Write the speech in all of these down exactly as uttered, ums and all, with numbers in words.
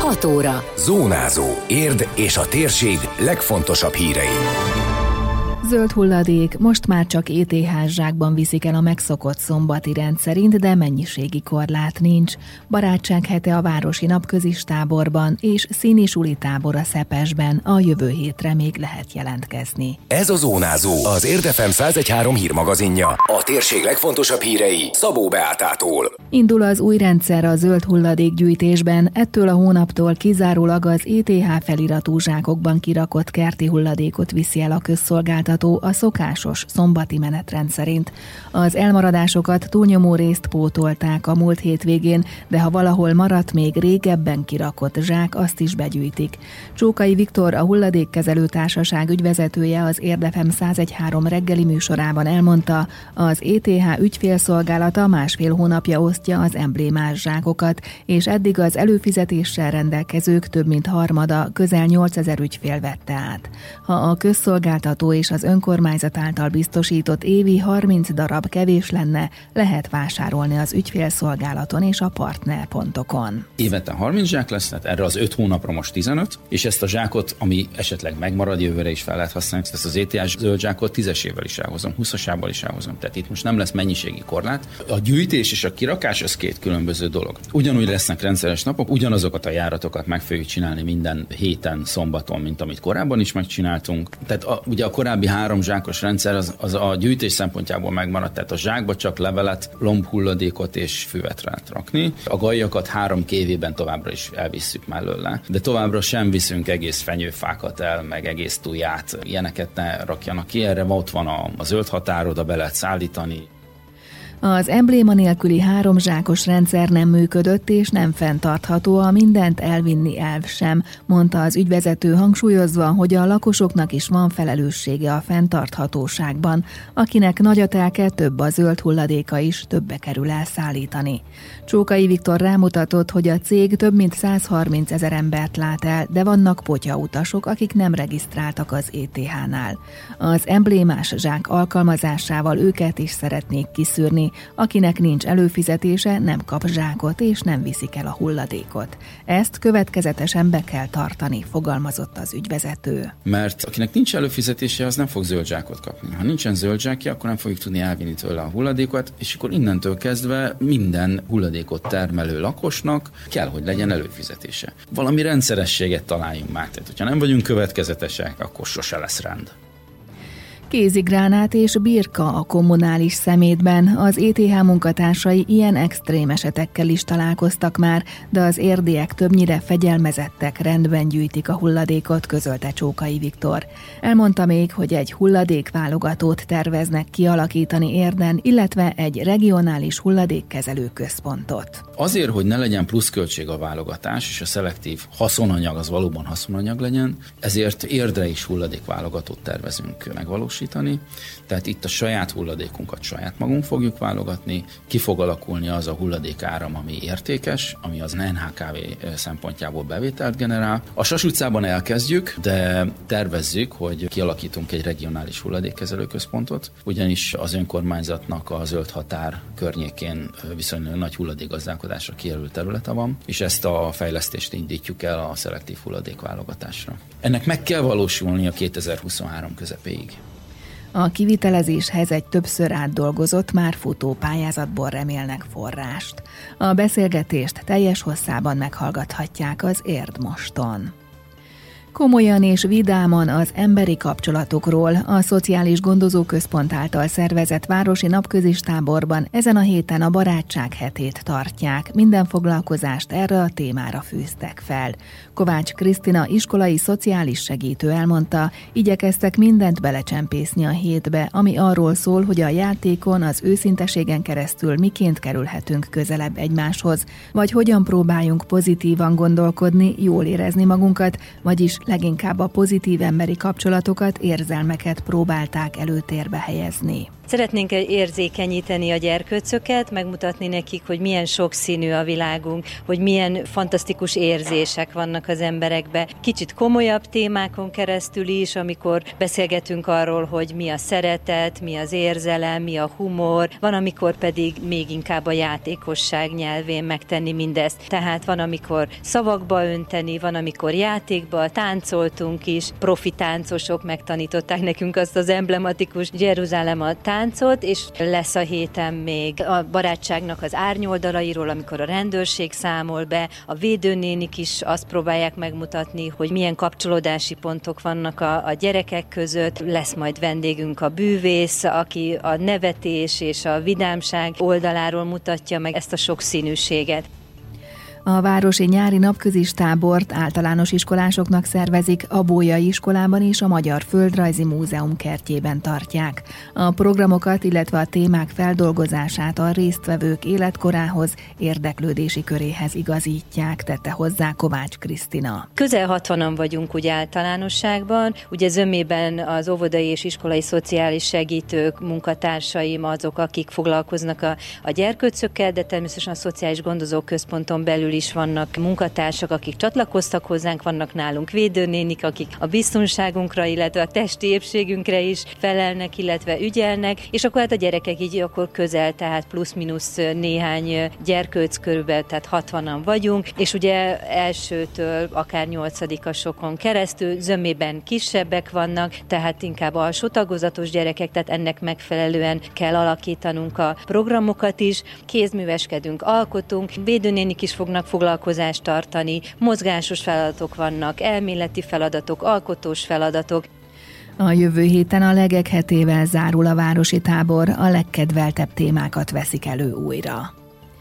hat óra. Zónázó. Érd és a térség legfontosabb hírei. Zöld hulladék most már csak é té há zsákban viszik el a megszokott szombati rend szerint, de mennyiségi korlát nincs. Barátság hete a városi napközis táborban és színi suli tábor a Szepesben. A jövő hétre még lehet jelentkezni. Ez a Zónázó, az Érd ef em száz egy három hírmagazinja. A térség legfontosabb hírei Szabó Beátától. Indul az új rendszer a zöld hulladékgyűjtésben. Ettől a hónaptól kizárólag az é té há feliratú zsákokban kirakott kerti hulladékot viszi el a közszolgáltató a szokásos szombati menetrend szerint. Az elmaradásokat túlnyomó részt pótolták a múlt hétvégén, de ha valahol maradt még régebben kirakott zsák, azt is begyűjtik. Csókai Viktor, a Hulladékkezelő Társaság ügyvezetője az Érd ef em száz egy három reggeli műsorában elmondta, az é té há ügyfélszolgálata másfél hónapja osztja az emblémás zsákokat, és eddig az előfizetéssel rendelkezők több mint harmada, közel nyolcezer ügyfél vette át. Ha a közszolgáltató és az önkormányzat által biztosított évi harminc darab kevés lenne, lehet vásárolni az ügyfélszolgálaton és a partnerpontokon. Évente harminc zsák lesz, tehát erre az öt hónapra most tizenöt, és ezt a zsákot, ami esetleg megmarad, jövőre is fel lehet használni, ezt az é té há zöld zsákot tízesével is elhozom, huszasával is elhozom, tehát itt most nem lesz mennyiségi korlát. A gyűjtés és a kirakás az két különböző dolog. Ugyanúgy lesznek rendszeres napok, ugyanazokat a járatokat meg fogjuk csinálni minden héten, szombaton, mint amit korábban is megcsináltunk. Tehát a, ugye a korábbi három zsákos rendszer az, az a gyűjtés szempontjából megmaradt, tehát a zsákba csak levelet, lombhulladékot és füvet lehet rakni. A gajjakat három kévében továbbra is elvisszük mellőle, de továbbra sem viszünk egész fenyőfákat el, meg egész tuját, ilyeneket ne rakjanak ki, erre ott van a, a zöld határ, oda be lehet szállítani. Az embléma nélküli háromzsákos rendszer nem működött és nem fenntartható, a mindent elvinni elv sem, mondta az ügyvezető, hangsúlyozva, hogy a lakosoknak is van felelőssége a fenntarthatóságban, akinek nagy a telke, több a zöld hulladéka is, többe kerül elszállítani. Csókai Viktor rámutatott, hogy a cég több mint százharminc ezer embert lát el, de vannak potyautasok, akik nem regisztráltak az é té hánál. Az emblémás zsák alkalmazásával őket is szeretnék kiszűrni, akinek nincs előfizetése, nem kap zsákot és nem viszik el a hulladékot. Ezt következetesen be kell tartani, fogalmazott az ügyvezető. Mert akinek nincs előfizetése, az nem fog zöld zsákot kapni. Ha nincsen zöld zsákja, akkor nem fogjuk tudni elvinni tőle a hulladékot, és akkor innentől kezdve minden hulladékot termelő lakosnak kell, hogy legyen előfizetése. Valami rendszerességet találjunk már, tehát hogyha nem vagyunk következetesek, akkor sose lesz rend. Kézigránát és birka a kommunális szemétben. Az é té há munkatársai ilyen extrém esetekkel is találkoztak már, de az érdiek többnyire fegyelmezettek, rendben gyűjtik a hulladékot, közölte Csókai Viktor. Elmondta még, hogy egy hulladékválogatót terveznek kialakítani Érden, illetve egy regionális hulladékkezelő központot. Azért, hogy ne legyen pluszköltség a válogatás, és a szelektív haszonanyag az valóban haszonanyag legyen, ezért Érdre is hulladékválogatót tervezünk megvalósítani. Tehát itt a saját hulladékunkat saját magunk fogjuk válogatni, ki fog alakulni az a hulladékáram, ami értékes, ami az en há ká vé szempontjából bevételt generál. A Sas utcában elkezdjük, de tervezzük, hogy kialakítunk egy regionális hulladékkezelőközpontot, ugyanis az önkormányzatnak a zöld határ környékén viszonylag nagy hulladékgazdálkodásra kijelölt területe van, és ezt a fejlesztést indítjuk el a szelektív hulladékválogatásra. Ennek meg kell valósulnia kétezer-huszonhárom közepéig. A kivitelezéshez egy többször átdolgozott, már futó pályázatból remélnek forrást. A beszélgetést teljes hosszában meghallgathatják az Érd Moston. Komolyan és vidáman az emberi kapcsolatokról a Szociális Gondozóközpont által szervezett városi napközis táborban ezen a héten a barátság hetét tartják. Minden foglalkozást erre a témára fűztek fel. Kovács Krisztina iskolai szociális segítő elmondta, igyekeztek mindent belecsempészni a hétbe, ami arról szól, hogy a játékon, az őszinteségen keresztül miként kerülhetünk közelebb egymáshoz, vagy hogyan próbáljunk pozitívan gondolkodni, jól érezni magunkat, vagyis leginkább a pozitív emberi kapcsolatokat, érzelmeket próbálták előtérbe helyezni. Szeretnénk érzékenyíteni a gyerkőcöket, megmutatni nekik, hogy milyen sokszínű a világunk, hogy milyen fantasztikus érzések vannak az emberekben. Kicsit komolyabb témákon keresztül is, amikor beszélgetünk arról, hogy mi a szeretet, mi az érzelem, mi a humor, van, amikor pedig még inkább a játékosság nyelvén megtenni mindezt. Tehát van, amikor szavakba önteni, van, amikor játékba, táncoltunk is, profi táncosok megtanították nekünk azt az emblematikus Jeruzsálem a táncot, és lesz a héten még a barátságnak az árnyoldalairól, amikor a rendőrség számol be, a védőnénik is azt próbálják megmutatni, hogy milyen kapcsolódási pontok vannak a, a gyerekek között. Lesz majd vendégünk a bűvész, aki a nevetés és a vidámság oldaláról mutatja meg ezt a sokszínűséget. A városi nyári napközis tábort általános iskolásoknak szervezik, a Bolyai iskolában és a Magyar Földrajzi Múzeum kertjében tartják. A programokat, illetve a témák feldolgozását a résztvevők életkorához, érdeklődési köréhez igazítják, tette hozzá Kovács Krisztina. Közel hatvanan vagyunk úgy általánosságban, ugye zömében az óvodai és iskolai szociális segítők, munkatársaim azok, akik foglalkoznak a, a gyerkőcökkel, de természetesen a Szociális Gondozók Központon belül is vannak munkatársak, akik csatlakoztak hozzánk, vannak nálunk védőnénik, akik a biztonságunkra, illetve a testi épségünkre is felelnek, illetve ügyelnek, és akkor hát a gyerekek így akkor közel, tehát plusz-minusz néhány gyerkőc körülbelül, tehát hatvanan vagyunk, és ugye elsőtől akár nyolcadikasokon keresztül zömében kisebbek vannak, tehát inkább alsó tagozatos gyerekek, tehát ennek megfelelően kell alakítanunk a programokat is, kézműveskedünk, alkotunk, védőnénik is fognak foglalkozást tartani, mozgásos feladatok vannak, elméleti feladatok, alkotós feladatok. A jövő héten a Legek hetével zárul a városi tábor, a legkedveltebb témákat veszik elő újra.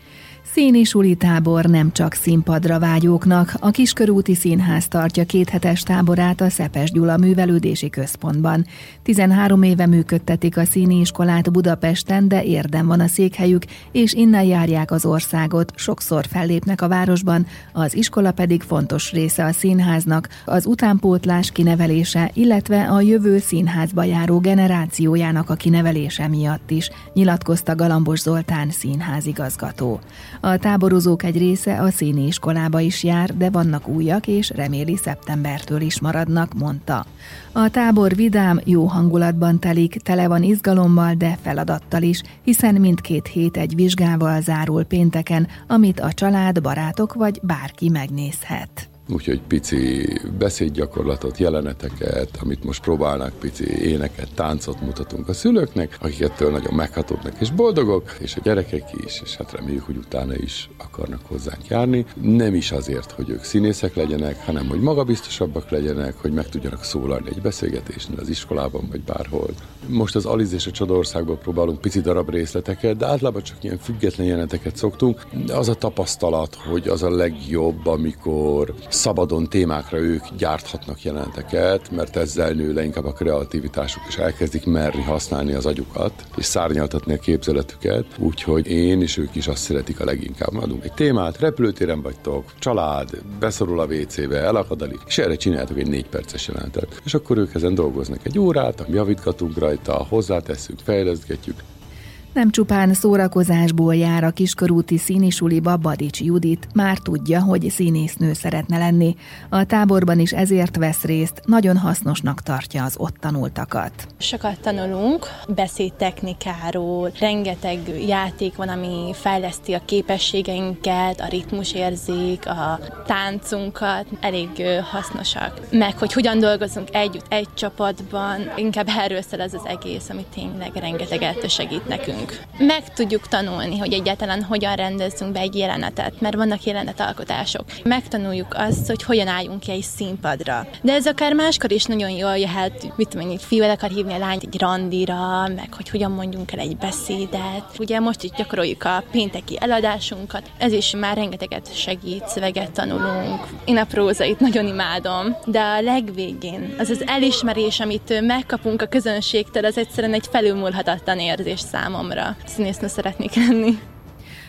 Színi suli tábor nem csak színpadra vágyóknak, a Kiskörúti Színház tartja kéthetes táborát a Szepes Gyula Művelődési Központban. tizenhárom éve működtetik a színi iskolát Budapesten, de Érden van a székhelyük, és innen járják az országot, sokszor fellépnek a városban, az iskola pedig fontos része a színháznak, az utánpótlás kinevelése, illetve a jövő színházba járó generációjának a kinevelése miatt is, nyilatkozta Galambos Zoltán színházigazgató. A táborozók egy része a színi iskolába is jár, de vannak újak, és reméli szeptembertől is maradnak, mondta. A tábor vidám, jó hangulatban telik, tele van izgalommal, de feladattal is, hiszen mindkét hét egy vizsgával zárul pénteken, amit a család, barátok vagy bárki megnézhet. Úgyhogy pici beszédgyakorlatot, jeleneteket, amit most próbálnak, pici éneket, táncot mutatunk a szülőknek, akik ettől nagyon meghatódnak és boldogok, és a gyerekek is, és hát reméljük, hogy utána is akarnak hozzánk járni. Nem is azért, hogy ők színészek legyenek, hanem hogy magabiztosabbak legyenek, hogy meg tudjanak szólalni egy beszélgetésnél az iskolában, vagy bárhol. Most az Aliz és a Csodaországból próbálunk pici darab részleteket, de általában csak ilyen független jeleneteket szoktunk. De az a tapasztalat, hogy az a legjobb, amikor szabadon témákra ők gyárthatnak jeleneteket, mert ezzel nő le inkább a kreativitásuk, és elkezdik merni használni az agyukat, és szárnyaltatni a képzeletüket, úgyhogy én és ők is azt szeretik a leginkább. Adunk egy témát, repülőtéren vagytok, család, beszorul a vécébe, elakadozik, és erre csináltok egy négy perces jelenetet. És akkor ők ezen dolgoznak egy órát, javítgatunk rajta, hozzáteszünk, fejlesztgetjük. Nem csupán szórakozásból jár a Kiskörúti színisuliba Badics Judit, már tudja, hogy színésznő szeretne lenni. A táborban is ezért vesz részt, nagyon hasznosnak tartja az ott tanultakat. Sokat tanulunk beszédtechnikáról, rengeteg játék van, ami fejleszti a képességeinket, a ritmusérzék, a táncunkat, elég hasznosak. Meg, hogy hogyan dolgozunk együtt, egy csapatban, inkább erről szól ez az egész, ami tényleg rengeteget segít nekünk. Meg tudjuk tanulni, hogy egyáltalán hogyan rendezzünk be egy jelenetet, mert vannak jelenetalkotások. Megtanuljuk azt, hogy hogyan álljunk ki egy színpadra. De ez akár máskor is nagyon jól jöhet, mit tudom, egy fiú el akar hívni a lányt egy randira, meg hogy hogyan mondjunk el egy beszédet. Ugye most itt gyakoroljuk a pénteki eladásunkat, ez is már rengeteget segít, szöveget tanulunk. Én a prózait nagyon imádom, de a legvégén az az elismerés, amit megkapunk a közönségtől, az egyszerűen egy felülmúlhatatlan érzés számomra. Színésznő szeretnék lenni.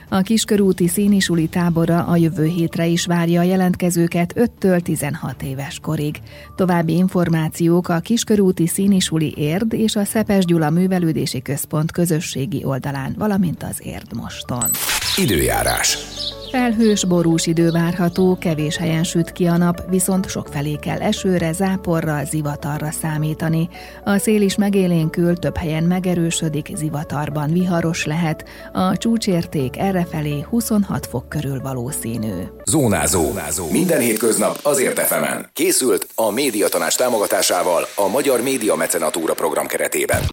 A Kiskörúti Színisuli tábora a jövő hétre is várja a jelentkezőket öttől tizenhat éves korig. További információk a Kiskörúti Színisuli Érd és a Szepes Gyula Művelődési Központ közösségi oldalán, valamint az Érd Moston. Időjárás. Felhős, borús idő várható, kevés helyen süt ki a nap, viszont sokfelé kell esőre, záporra, zivatarra számítani. A szél is megélénkül, több helyen megerősödik, zivatarban viharos lehet. A csúcsérték errefelé huszonhat fok körül valószínű. Zónázó. Zónázó. Minden hétköznap az Ért ef emen. Készült a Médiatanács támogatásával a Magyar Média Mecenatúra program keretében.